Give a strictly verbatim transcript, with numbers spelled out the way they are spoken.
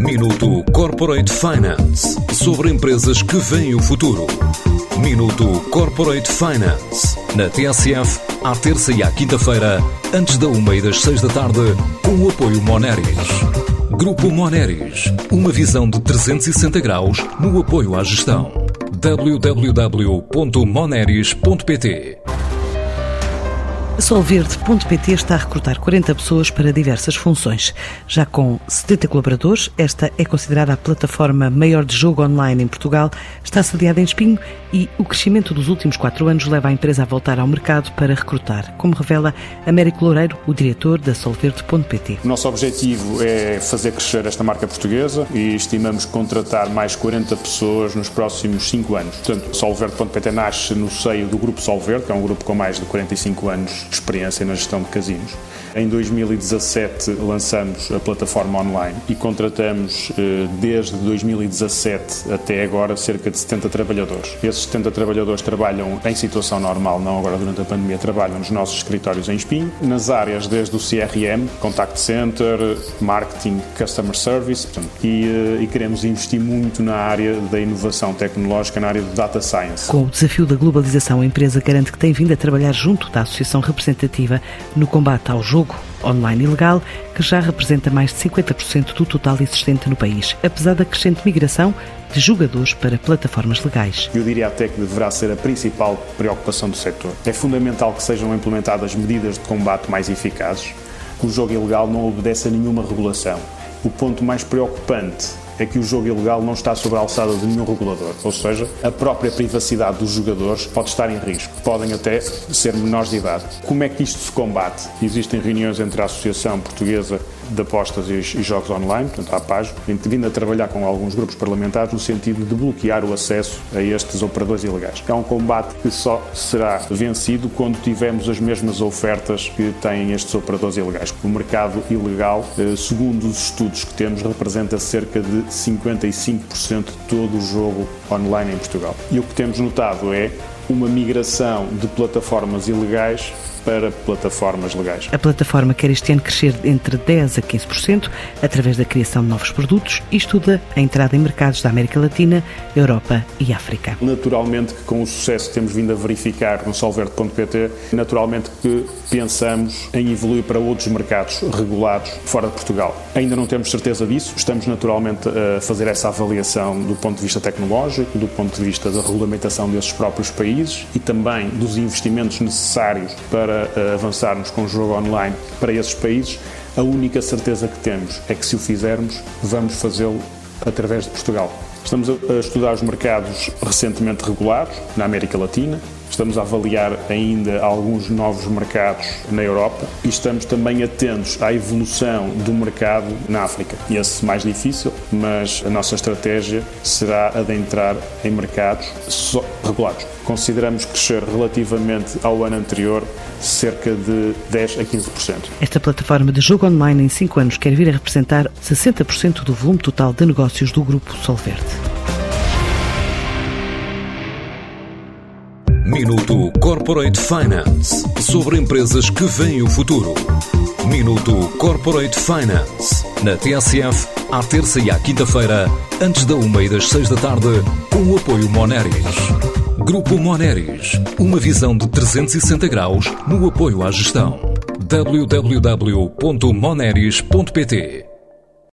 Minuto Corporate Finance, sobre empresas que veem o futuro. Minuto Corporate Finance, na T S F, à terça e à quinta-feira, antes da uma e das seis da tarde, com o apoio Moneris. Grupo Moneris, uma visão de trezentos e sessenta graus no apoio à gestão. w w w ponto moneris ponto p t. A Solverde ponto p t está a recrutar quarenta pessoas para diversas funções. Já com setenta colaboradores, esta é considerada a plataforma maior de jogo online em Portugal, está sediada em Espinho e o crescimento dos últimos quatro anos leva a empresa a voltar ao mercado para recrutar, como revela Américo Loureiro, o diretor da Solverde ponto p t. O nosso objetivo é fazer crescer esta marca portuguesa e estimamos contratar mais quarenta pessoas nos próximos cinco anos. Portanto, Solverde ponto p t nasce no seio do Grupo Solverde, que é um grupo com mais de quarenta e cinco anos de experiência na gestão de casinos. Em dois mil e dezassete lançamos a plataforma online e contratamos desde dois mil e dezassete até agora cerca de setenta trabalhadores. Esses setenta trabalhadores trabalham em situação normal, não agora durante a pandemia, trabalham nos nossos escritórios em Espinho, nas áreas desde o C R M, Contact Center, Marketing, Customer Service, portanto, e, e queremos investir muito na área da inovação tecnológica, na área de Data Science. Com o desafio da globalização, a empresa garante que tem vindo a trabalhar junto da Associação Representativa no combate ao jogo online ilegal, que já representa mais de cinquenta por cento do total existente no país, apesar da crescente migração de jogadores para plataformas legais. Eu diria até que deverá ser a principal preocupação do setor. É fundamental que sejam implementadas medidas de combate mais eficazes. O jogo ilegal não obedece a nenhuma regulação. O ponto mais preocupante é que o jogo ilegal não está sob a alçada de nenhum regulador, ou seja, a própria privacidade dos jogadores pode estar em risco, podem até ser menores de idade. Como é que isto se combate? Existem reuniões entre a Associação Portuguesa de Apostas e Jogos Online, portanto a APAJO, vindo a trabalhar com alguns grupos parlamentares no sentido de bloquear o acesso a estes operadores ilegais. É um combate que só será vencido quando tivermos as mesmas ofertas que têm estes operadores ilegais. O mercado ilegal, segundo os estudos que temos, representa cerca de cinquenta e cinco por cento de todo o jogo online em Portugal. E o que temos notado é uma migração de plataformas ilegais para plataformas legais. A plataforma quer este ano crescer entre dez a quinze por cento através da criação de novos produtos e estuda a entrada em mercados da América Latina, Europa e África. Naturalmente que com o sucesso que temos vindo a verificar no Solverde ponto p t, naturalmente que pensamos em evoluir para outros mercados regulados fora de Portugal. Ainda não temos certeza disso, estamos naturalmente a fazer essa avaliação do ponto de vista tecnológico, do ponto de vista da regulamentação desses próprios países e também dos investimentos necessários para Para avançarmos com o jogo online para esses países. A única certeza que temos é que se o fizermos, vamos fazê-lo através de Portugal. Estamos a estudar os mercados recentemente regulados na América Latina, estamos a avaliar ainda alguns novos mercados na Europa e estamos também atentos à evolução do mercado na África. Esse mais difícil, mas a nossa estratégia será adentrar em mercados só regulados. Consideramos crescer relativamente ao ano anterior cerca de dez a quinze por cento. Esta plataforma de jogo online em cinco anos quer vir a representar sessenta por cento do volume total de negócios do Grupo Solverde. Minuto Corporate Finance, sobre empresas que veem o futuro. Minuto Corporate Finance, na T S F, à terça e à quinta-feira, antes da uma e das seis da tarde, com o apoio Moneris. Grupo Moneris, uma visão de trezentos e sessenta graus no apoio à gestão. w w w ponto moneris ponto p t